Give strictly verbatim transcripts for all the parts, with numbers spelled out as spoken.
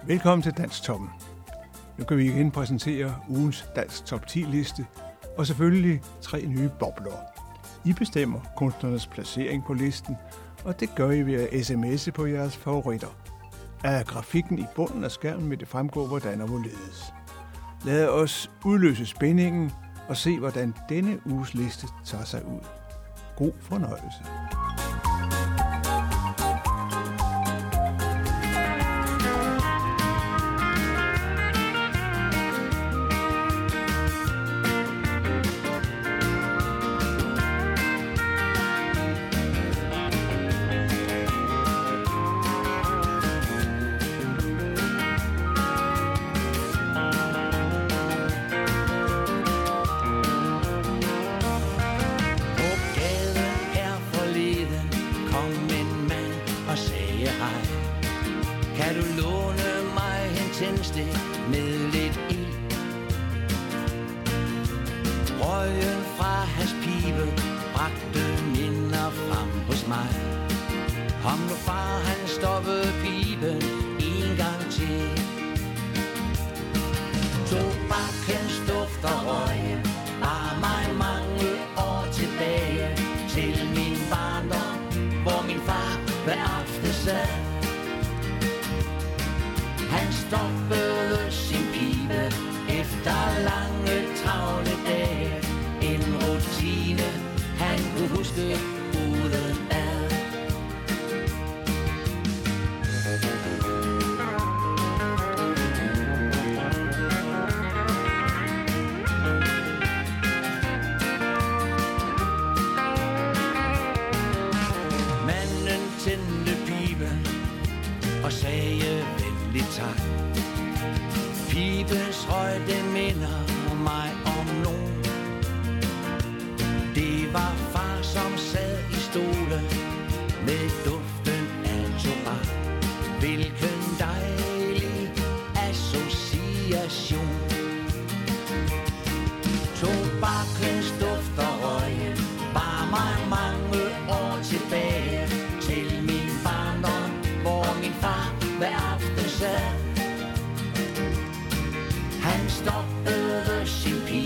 Velkommen til Dansktoppen. Nu kan vi igen præsentere ugens Dansk Top ti liste, og selvfølgelig tre nye bobler. I bestemmer kunstnernes placering på listen, og det gør I ved at sms'e på jeres favoritter. Af grafikken i bunden af skærmen vil det fremgå, hvordan og hvorledes. Lad os udløse spændingen og se, hvordan denne uges liste tager sig ud. God fornøjelse. Kan du låne mig en tændstik med lidt ild? Røgen fra hans pibe bragte minder frem hos mig. Om nu far han stoppede piben en gang til. Tobakkens duft og røg bar mig mange år tilbage til min barndom, hvor min far hver aften sad. Han stoppede sin pibe efter lange travle dage. En rutine han kunne huske uden ad. Manden tændte piben og sagde venligt tak. Pibens røg, det minder mig om nogen. Det var far, som sad i stolen med duften af tobak. Hvilken dejlig association. Tobakkens duft og røg bar mig mange år tilbage til min barndom, hvor min far hver aften sad. Han stoppede sin pige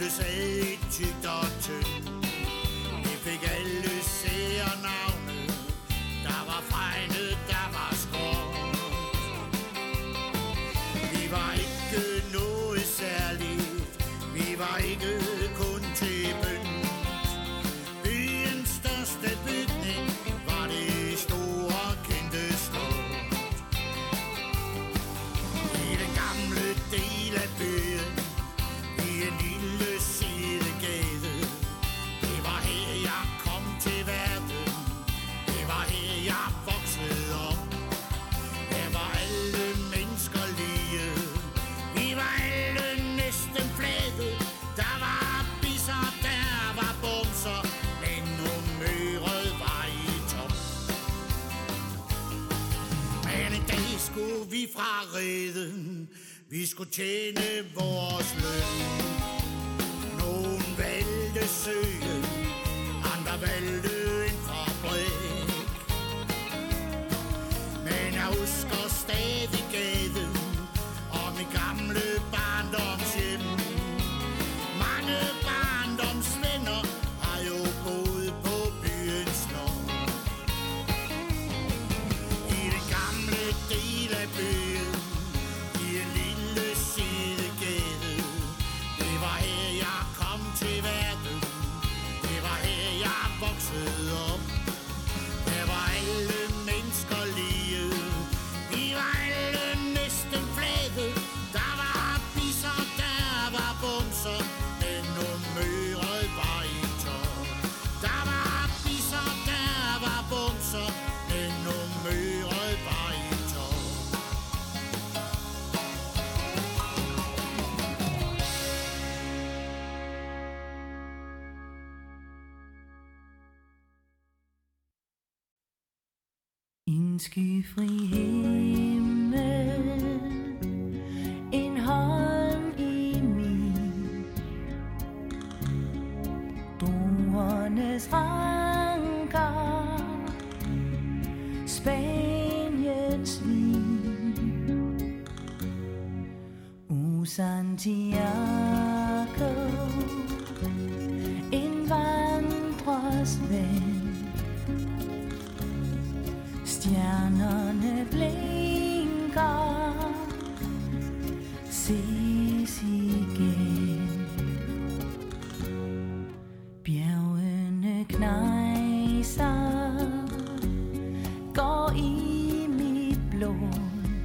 U S A i tygt og tynd. Vi fik alle seernavne. Der var Fregne, der var Skråt. Vi var ikke noget særligt. Vi var ikke kun til pynt. Byens største bygning var det store kendte slot. I den gamle del af byen, i en lille sidegade. Det var her jeg kom til verden. Det var her jeg voksede op. Her var alle mennesker lige. Vi var alle næsten flade. Der var bisser, der var bumser, men humøret var i top. Men en dag skulle vi fra reden. Vi skulle tjene vores løn. Nogen valgte søen, andre valgte en fabrik. Men jeg husker stadig gaden og mit gamle barndomshjem. Mange barndomsvenner har jo boet på byens lov. I den gamle del af byen, i en lille sidegade. Det var her jeg kom til verden. Det var her jeg voksede op. Der var alle mennesker lige. Vi var alle næsten flade. Der var bisser, der var bumser, men humøret var i top. Der var bisser, der var bumser, men humøret var i top. En skyfri himmel, en hånd i min, druernes ranker, Spaniens vin, U Santiago, en vandrers ven. Stjernerne blinker, ses igen. Bjergene knejser, går i mit blod.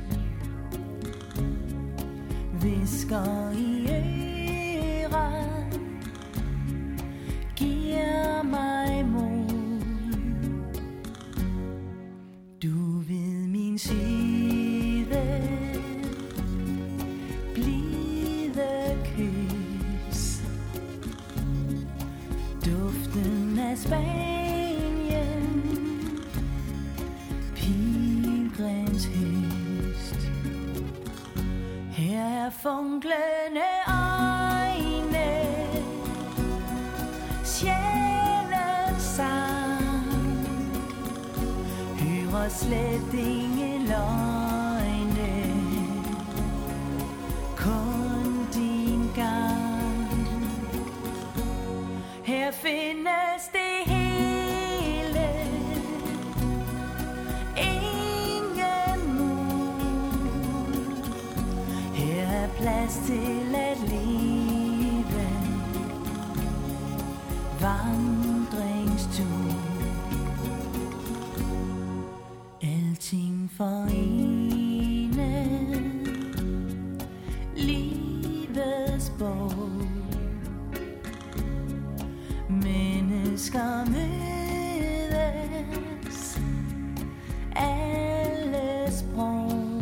Visker i øret, giver mig mod. Du ved min side, blide kys, duften af Spanien, pilgrims høst. Her er funklende øjne, sjælens sang, hører slet ingen løgne, kun din gang. Her findes det hele, ingen mur. Her er plads til at leve, vandringstur. Alting forenet, livets bog. Mennesker mødes, alle sprog.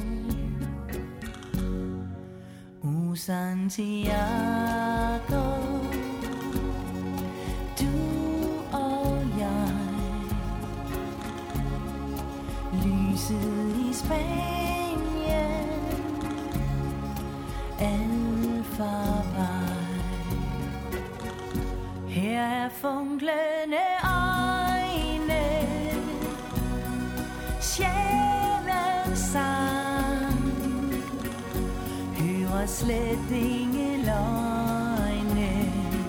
U Santiago, du og jeg. Lyset i Spanien, alfarvej. Her er funklende øjne, sjælens sang, hører slet ingen løgne,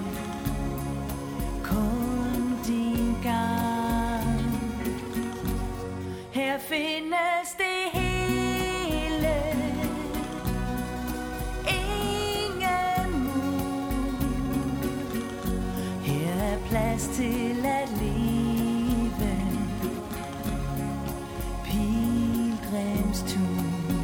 plads til at leve. Pilgrimstur.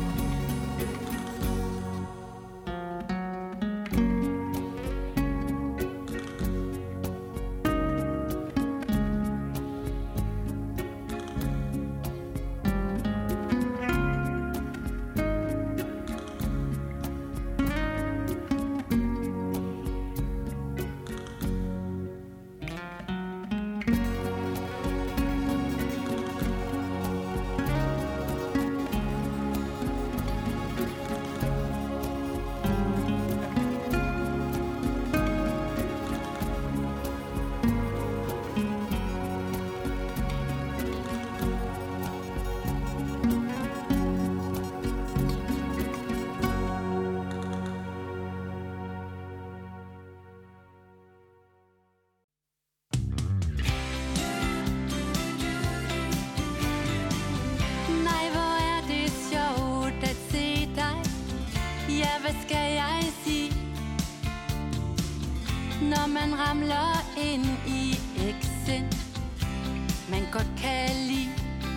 Når man ramler ind i eksen, man godt kan lide.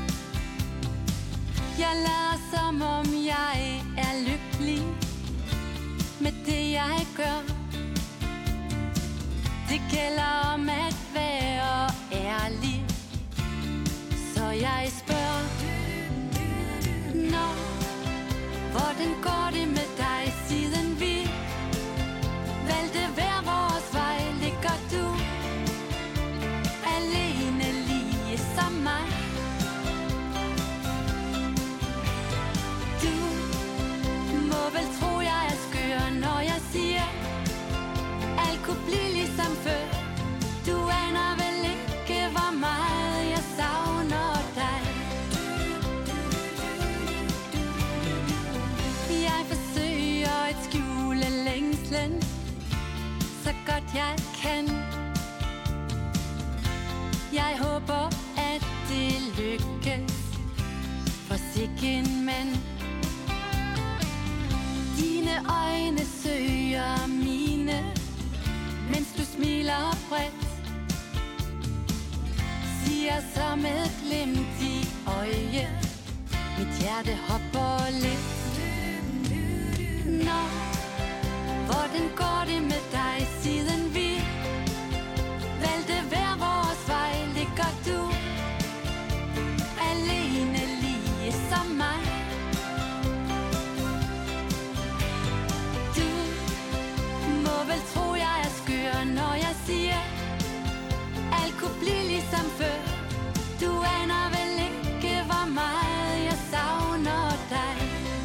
Jeg lader som om jeg er lykkelig med det jeg gør. Det gælder om at være ærlig, så jeg spørger: Nå, hvordan går det med dig, siden vi valgte hver vores vej? Ligger du alene lige som mig? Du må vel tro jeg er skør, når jeg siger alt kunne blive ligesom før. Du aner vel ikke hvor meget jeg savner dig. Jeg forsøger at skjule længslen så godt jeg kan. Jeg håber at det lykkes for sikken mand. Dine øjne søger mine, mens du smiler bredt. Siger så med glimt i øje, mit hjerte hopper lidt. Nå, hvordan går det med dig, siden vi valgte hver vores vej? Ligger du alene lige som mig? Du må vel tro jeg er skør, når jeg siger alt kunne blive ligesom før. Du aner vel ikke hvor meget jeg savner dig.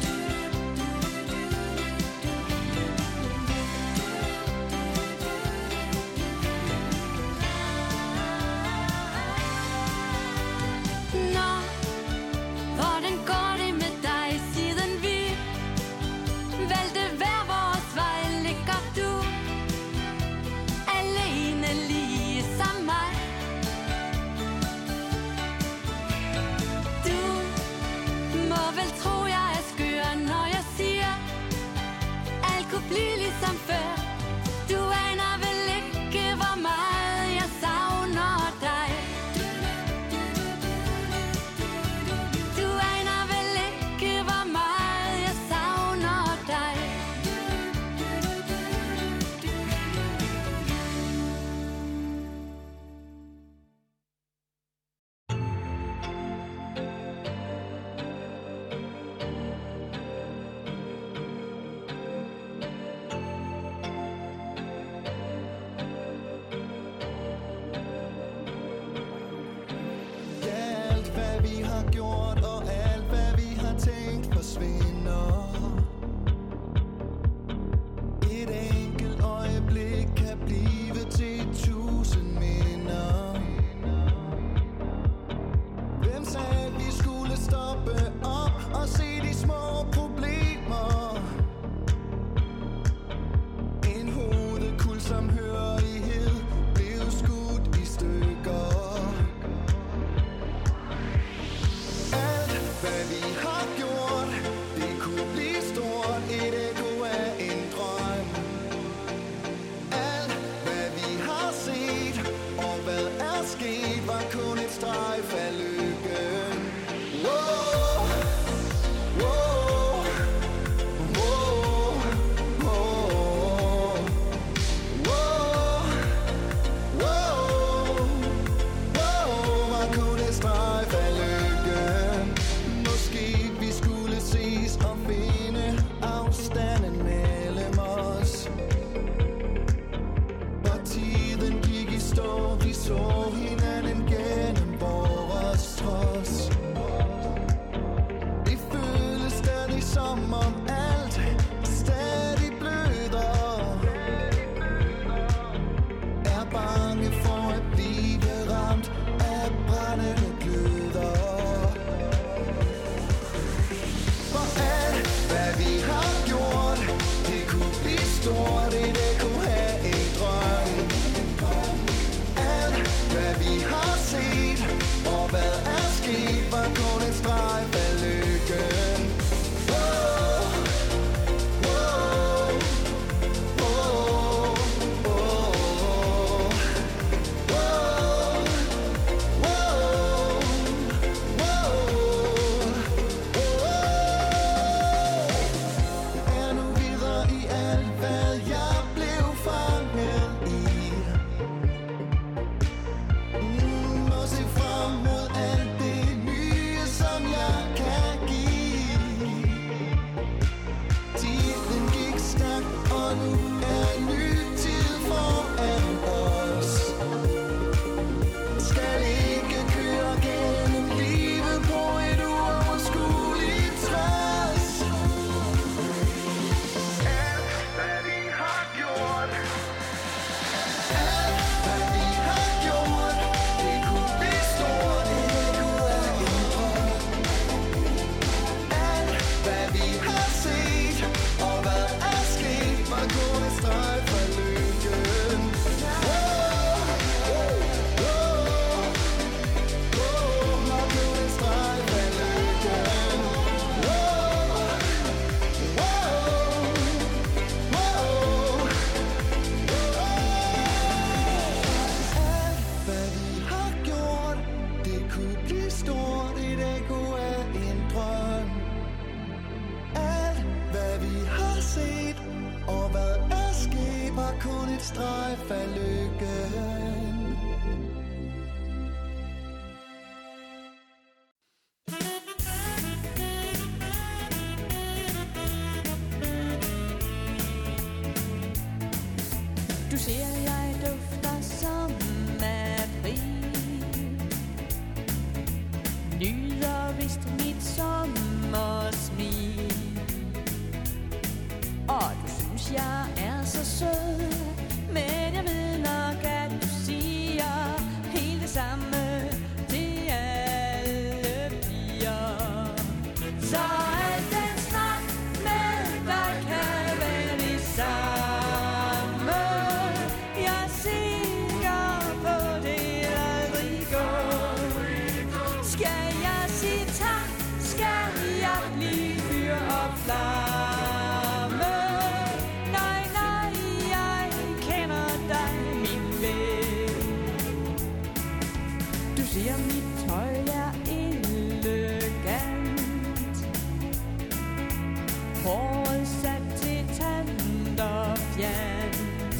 Bliv ligesom før. Du aner vel ikke hvor meget jeg savner dig. Du aner vel ikke hvor meget jeg savner dig. Hvad vi har gjort, det så hinanden gennem vores trods. Det føles stadig som om alt stadig bløder. Er bange for at blive ramt af brændende gløder. For alt hvad vi har gjort, det kunne blive stort, det, det kunne have en drøm. Alt hvad vi har set, og hvad er sket, var kun en streg af lykken. Wow, wow, wow, wow, wow, wow, wow. Er nu videre i alt, hvad jeg blev fanget i. Mm, må se frem mod alt det nye, som jeg kan give. Tiden gik stærkt, og nu er en ny tid foran os. Skal ikke køre gennem livet på et uoverskueligt træs. Alt hvad vi har gjort, alt hvad vi har gjort, det kunne blive stort, det kunne være en drøm. Alt hvad vi har set, og hvad er sket, var kun en streg fra lykken. Wow, wow, wow, var kun en streg fra lykken. Wow, wow, wow. Alt hvad vi har gjort, det kunne blive stort, det kunne være en drøm. Alt hvad vi har set, og hvad er sket, var kun et streg af lykken. Du ser, jeg dufter som april. Nyder vist mit sommersmil. Og du synes, jeg er så sød. Men jeg ved nok, at du siger helt det samme til alle piger. Så al den snak med dig kan være det samme. Jeg er sikker på, det aldrig går. Skal jeg sige tak, skal jeg blive fyr og flamme. Nej, nej, jeg kender dig, min ven. Du siger, mit tøj er elegant. Håret sat til tand og fjant.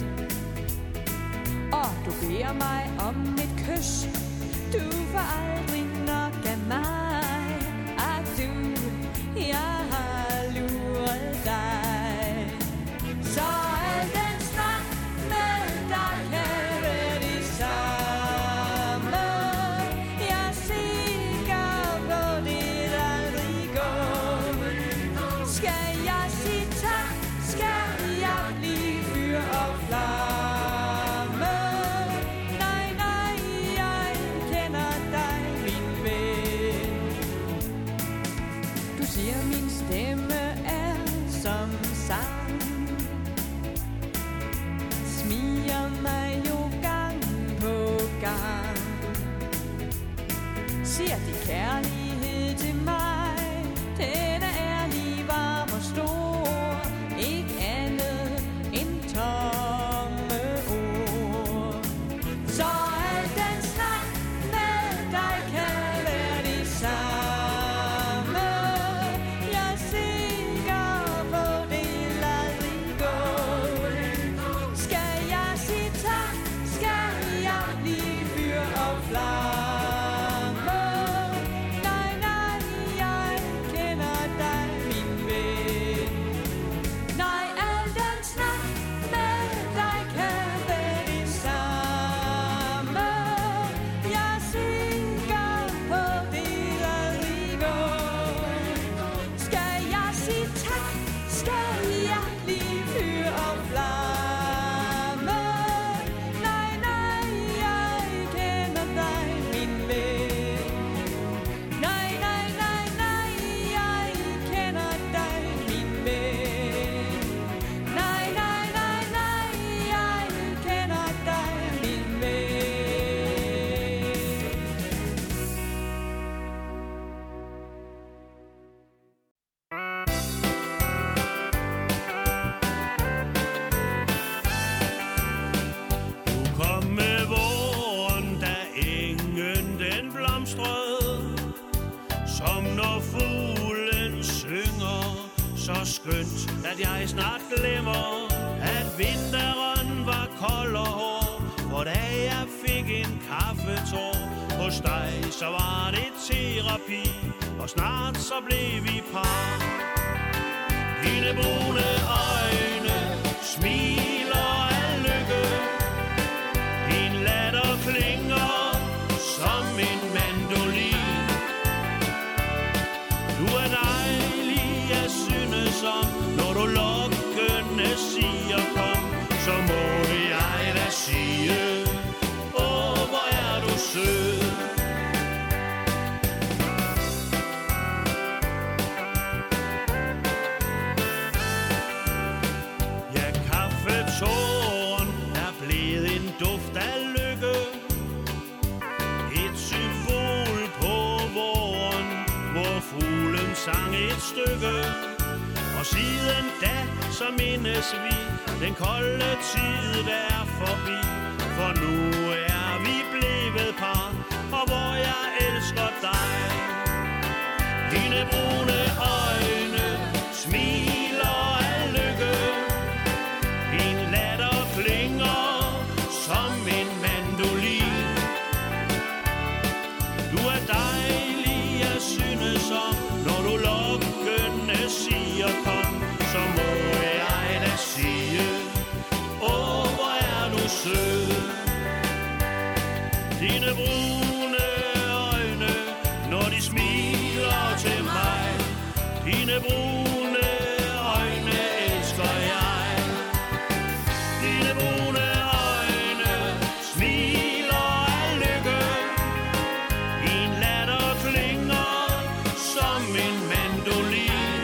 Og du beder mig om et kys. Du får aldrig nok af mig. At du, jeg har luret dig. Så al den snak med dig kan være det samme. Jeg er sikker på, det aldrig går. Skal jeg sige tak, skal jeg blive fyr og flamme. Nej, nej, jeg kender dig, min ven. Du siger, min stemme er som sang. Smiger mig jo gang på gang. Siger din kærlighed til mig, den er ærlig, varm og stor. Ikke andet end tomme ord. Så al den snak med dig kan være det samme. Jeg er sikker på, det aldrig går. Skal jeg sige tak, skal jeg blive fyr og flamme. at jeg snart glemmer, at vinteren var kold og hård. For da jeg fik en kaffetår hos dig, så var det terapi, og snart så blev vi par. Dine brune øjne smiler af lykke, din latter klinger som en mandolin. Du er dejlig, jeg synes om, når du lokkende siger kom, så må jeg da sige, åh, hvor er du sød. Ja, kaffetåren er blevet en duft af lykke, et symbol på våren, hvor fuglen sang et stykke. Og siden da, så mindes vi den kolde tid, der er forbi. For nu er vi blevet par, og hvor jeg elsker dig. Dine brune øjne smiler af lykke, din latter klinger som en mandolin. Du er dejlig, jeg synes om, når du lokkende siger kom, så må jeg da sige, åh, hvor er du sød. Dine brune øjne, når de smiler til mig, dine brune øjne elsker jeg. Dine brune øjne smiler af lykke, din latter klinger som en mandolin.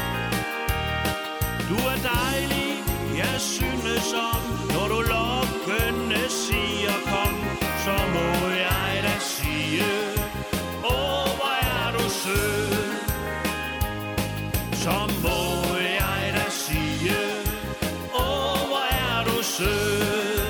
Du er dejlig, jeg synes om, når du lokkende siger kom, så må jeg da sige, åh, hvor er du sød. Så må jeg da sige, åh, hvor er du sød.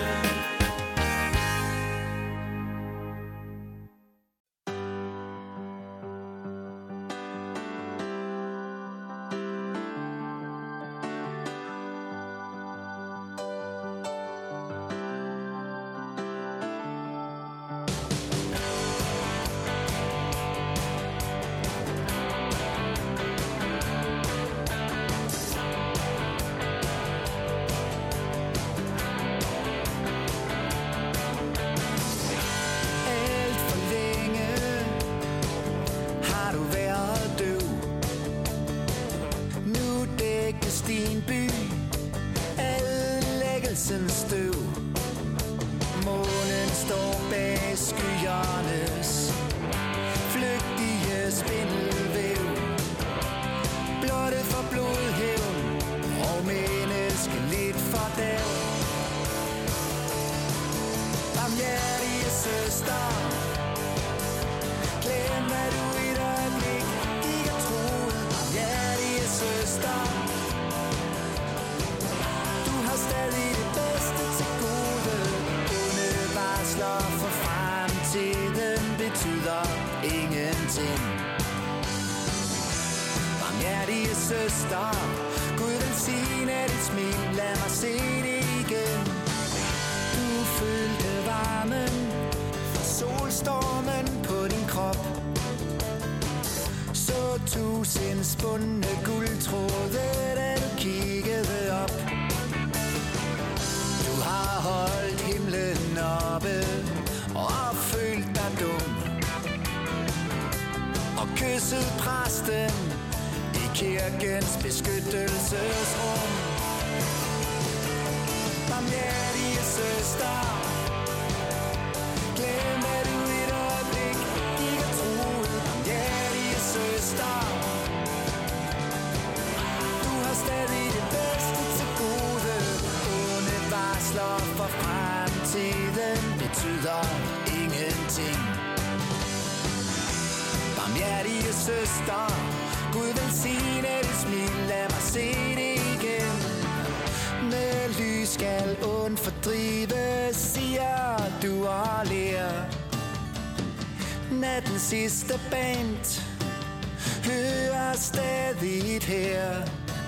Den sidste band hører stadig her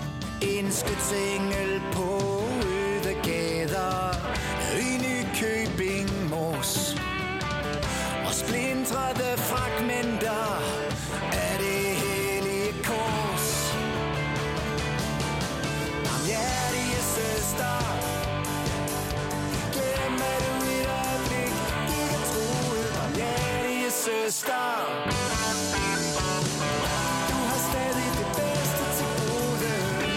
En skytsengel på øde gader i Nykøbing Mors, og splintrede fragmenter af det hellige kors. Barmhjertige søster, glem at du i et øjeblik ikke troede. Barmhjertige søster, du har stadig det bedste til gode.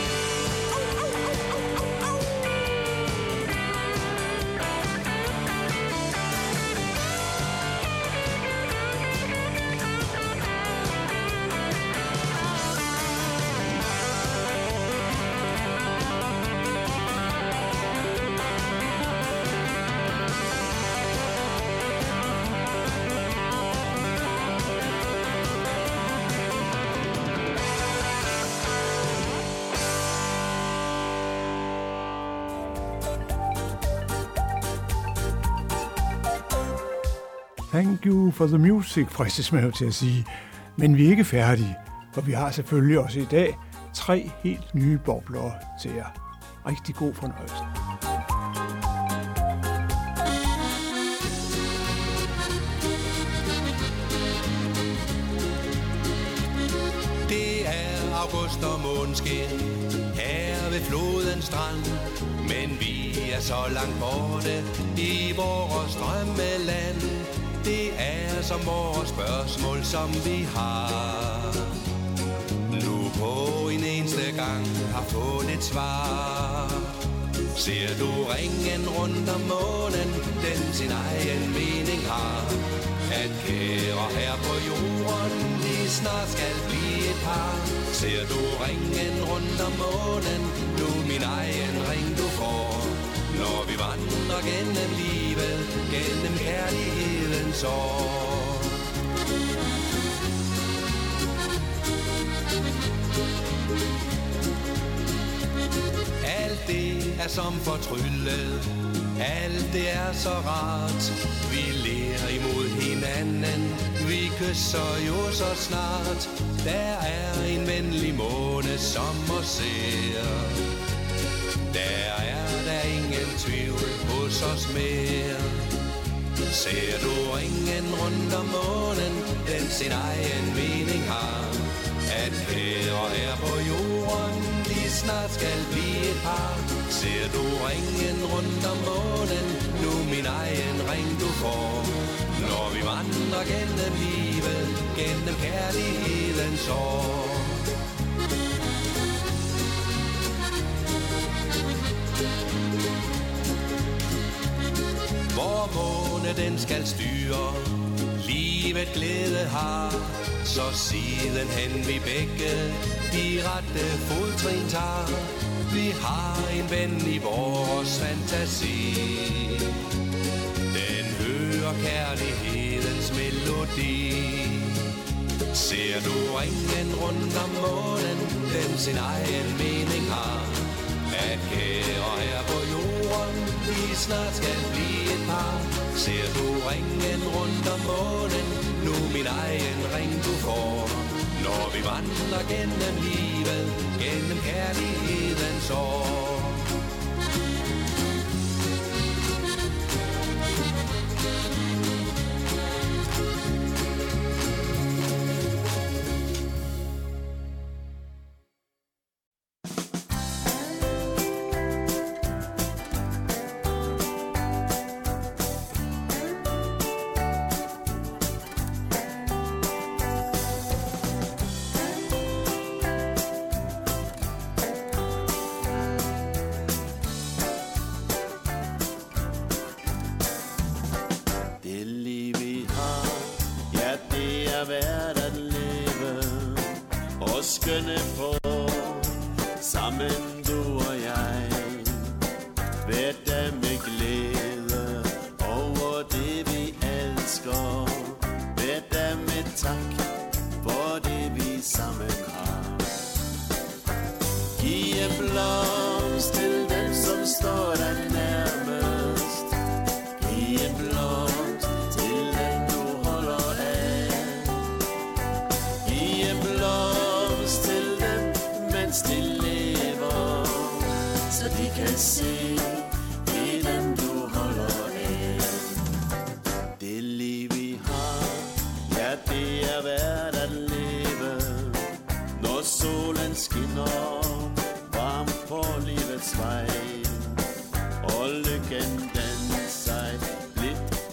Thank you for the music, fristes man jo til at sige. Men vi er ikke færdige, for vi har selvfølgelig også i dag tre helt nye bobler til jer. Rigtig god fornøjelse. Det er august og måneskin her ved flodens strand, men vi er så langt borte i vores drømmeland. Det er som vores spørgsmål, som vi har nu på en eneste gang har fået et svar. Ser du ringen rundt om månen, den sin egen mening har, at kære her på jorden, de snart skal blive et par. Ser du ringen rundt om månen, nu min egen ring du får, når vi vandrer gennem livet, gennem kærlighedens år. Alt det er som fortryllet, alt det er så rart. Vi ler imod hinanden, vi kysser jo så snart. Der er en venlig måne, som os ser. Der er der ingen tvivl hos os mere. Ser du ringen rundt om månen, den sin egen mening har, at kære her på jorden, de snart skal blive et par. Ser du ringen rundt om månen, nu min egen ring du får, når vi vandrer gennem livet, gennem kærlighedens år. Hvor måne den skal styre, livet glæde har, så sidenhen vi begge de rette fodtrin tager. Vi har en ven i vores fantasi, den hører kærlighedens melodi. Ser du ringen rundt om månen, den sin egen mening har, at kære her på jorden, vi snart skal blive et par. Ser du ringen rundt om månen, nu min egen ring du får, når vi vandrer gennem livet, gennem kærlighedens år. Skønne på sammen du og jeg, hver dag med glæde over det vi elsker, hver dag med tak for det vi sammen har. Giv en blomst til den som står der nærmest, giv en blomst til den du holder af, giv en blomst til dem, mens de lever.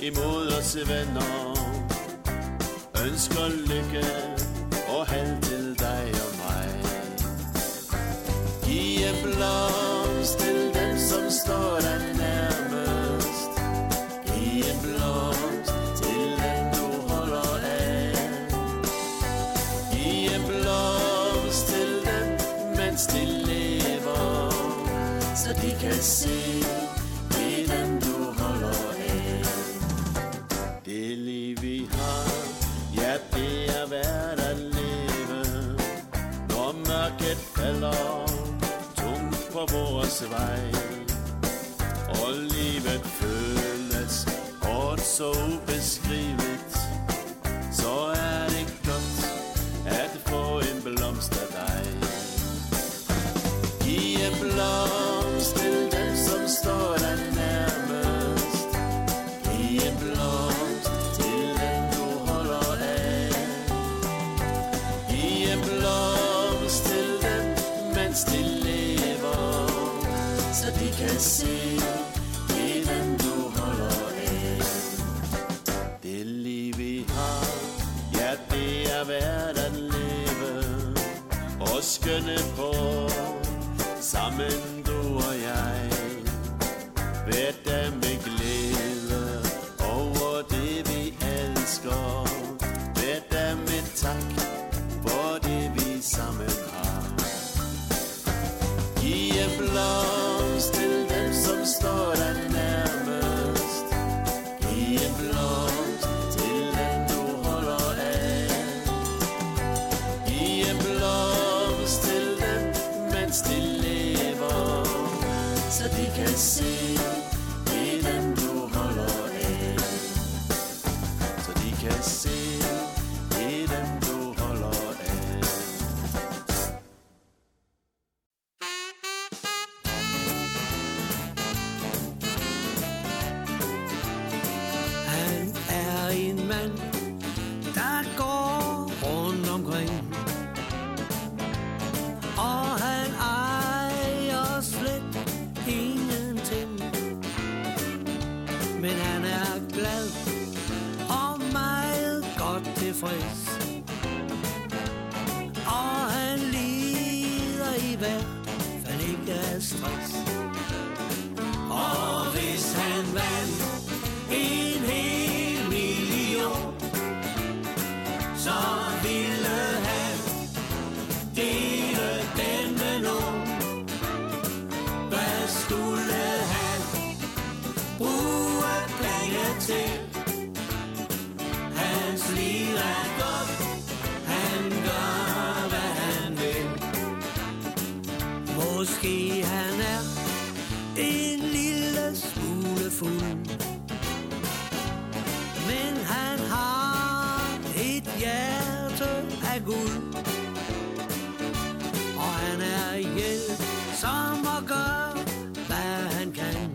imod os venner. Ønsker lykke og held til dig og mig. Giv en blomst til den som står dig nærmest. Giv en blomst til den du holder af. Giv en blomst til den mens de lever, så de kan se det er den du holder af. Det liv vi har, ja det er værd at leve. Når mørket falder tungt på vores vej, og livet føles hårdt så ubeskrivet, så er det godt at få en blomst af dig. Giv en blomst til den som står dig nærmest. Giv en blomst til den du holder af. Giv en blomst til den mens de lever, så de kan se det er den du holder af. Det liv vi har, ja det er værd at leve og skønne på sammen du og jeg. Hver dag med glæde over det vi elsker. Hver dag med tak for det vi sammen har. Giv en blomst til dem som står dig nærmest. Giv en blomst til dem du holder af. Giv en blomst til dem mens de lever, så de kan se det er den du holder af. Så de kan se det er den du holder af. Han er en mand, der går rundt omkring, og han ejer slet ingenting. Men han er glad og meget godt tilfreds, og han lider i hvert fald ikke af stress. Og hvis han vandt en hel million, så ville han dele den med nogen. Hvad skulle han bruge penge til? Hans liv er godt, han gør hvad han vil. Måske han er en lille smule fuld, men han har et hjerte af guld. Og han er hjælpsom og gør hvad han kan,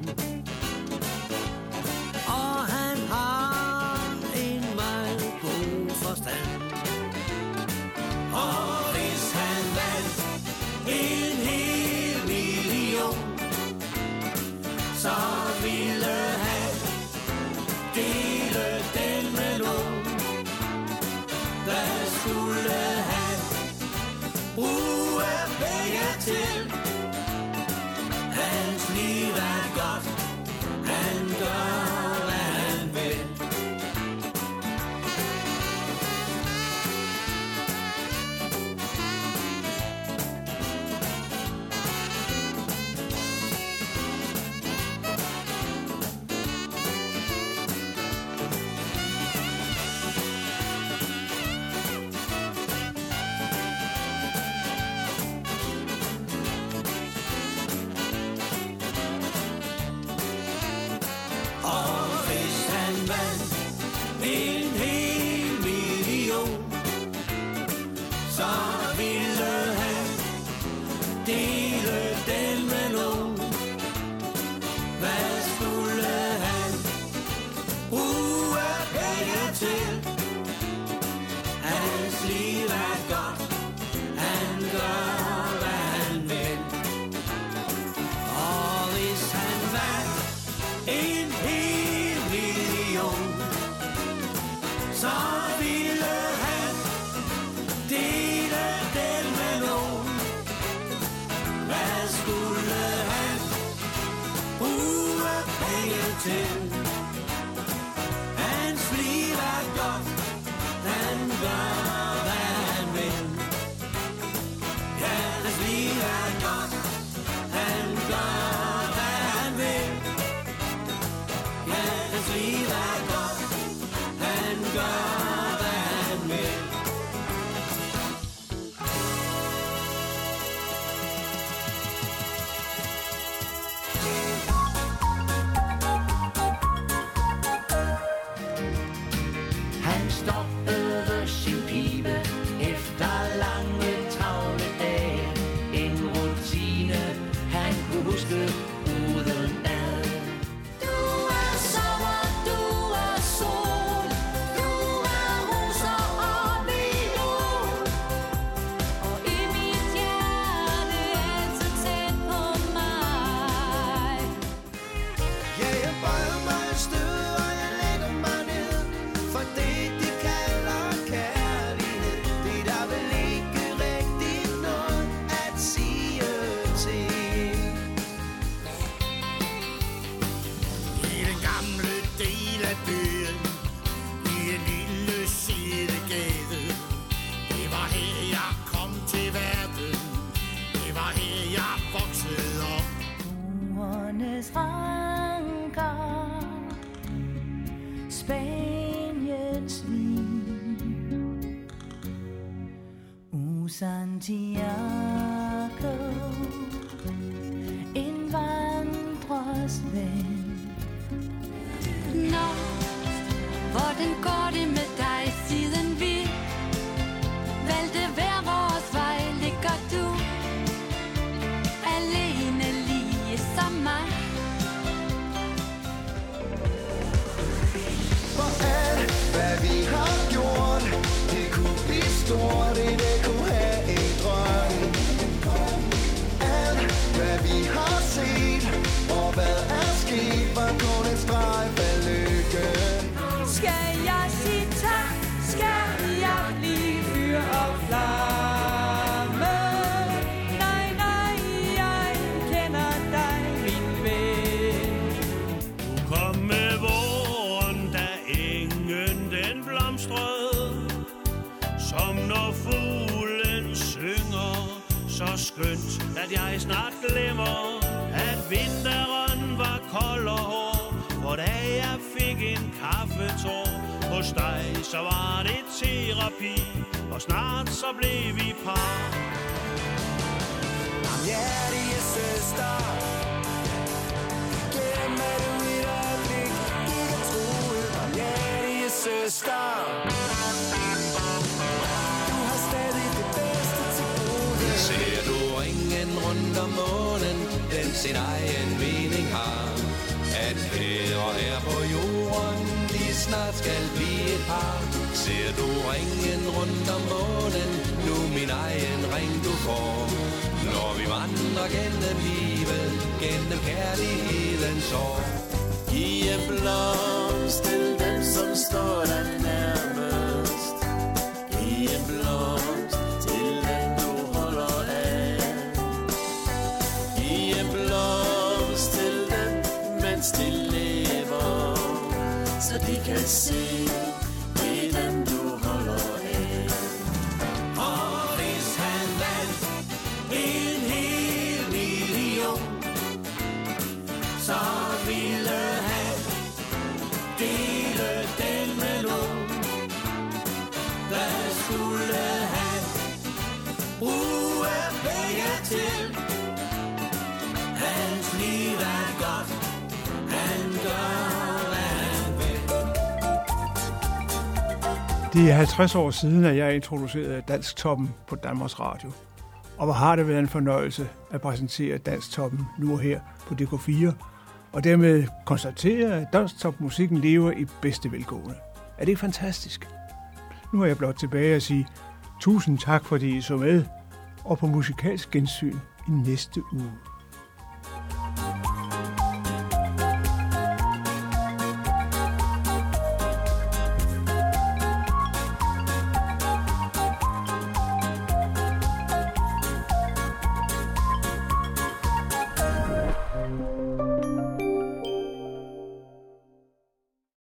og han har en meget god forstand. Og hvis han vandt en hel million, så ville han dele den med nogen. Hvad skulle han bruge penge til? Hans liv er godt, han gør hvad han vil. En hel million, så ville han dele den med nogen. Hvad skulle han bruge penge til? Hans liv er godt, han gør hvad han vil. Og hvis han vandt en hel million, svin. O Santiago, en vandrers ven. Nå, hvordan går det med dig, siden vi valgte hver vores vej? Ligger du alene lige som mig? For alt, hvad vi har gjort, det kunne blive stort, det kunne have en drøm. Alt, hvad vi har set, og hvad er sket, var kun en streg af lykke. Skal jeg sige tak? Skal jeg blive fyr og flamme? Nej, nej, jeg kender dig, min ven. Du kom med våren, da engen den blomstrede, som når fuglen synger, så skønt, at jeg snart glemmer, at vinteren var kold og hård. For da jeg fik en kaffetår hos dig, så var det terapi, og snart så blev vi par. Hjertige søster, gemmer du et øjeblik, du kan tro det. Hjertige søster, du har stadig det bedste til gode. Ser du ringen rundt om månen, den sin egen mening har, at fædre er på jorden, de snart skal blive et par. Ser du ringen rundt om månen, nu min egen ring du får. Når vi vandrer gennem livet, gennem kærlighedens år. Giv en blomst til dem, som står der nærmest. Giv en blomst til dem, du holder af. Giv en blomst til dem, mens de lever, så de kan se, det er dem, du holder af. Og hvis han vandt en hel million, så ville han dele den med nogen. Hvad skulle han bruge penge til? Hans liv er godt, han gør, hvad han vil. Det er halvtreds år siden, at jeg introducerede Dansktoppen på Danmarks Radio. Og hvor har det været en fornøjelse at præsentere Dansktoppen nu og her på D K fire, og dermed konstatere, at Dansktop-musikken lever i bedste velgående. Er det ikke fantastisk? Nu er jeg blot tilbage at sige tusind tak, fordi I så med, og på musikalsk gensyn i næste uge.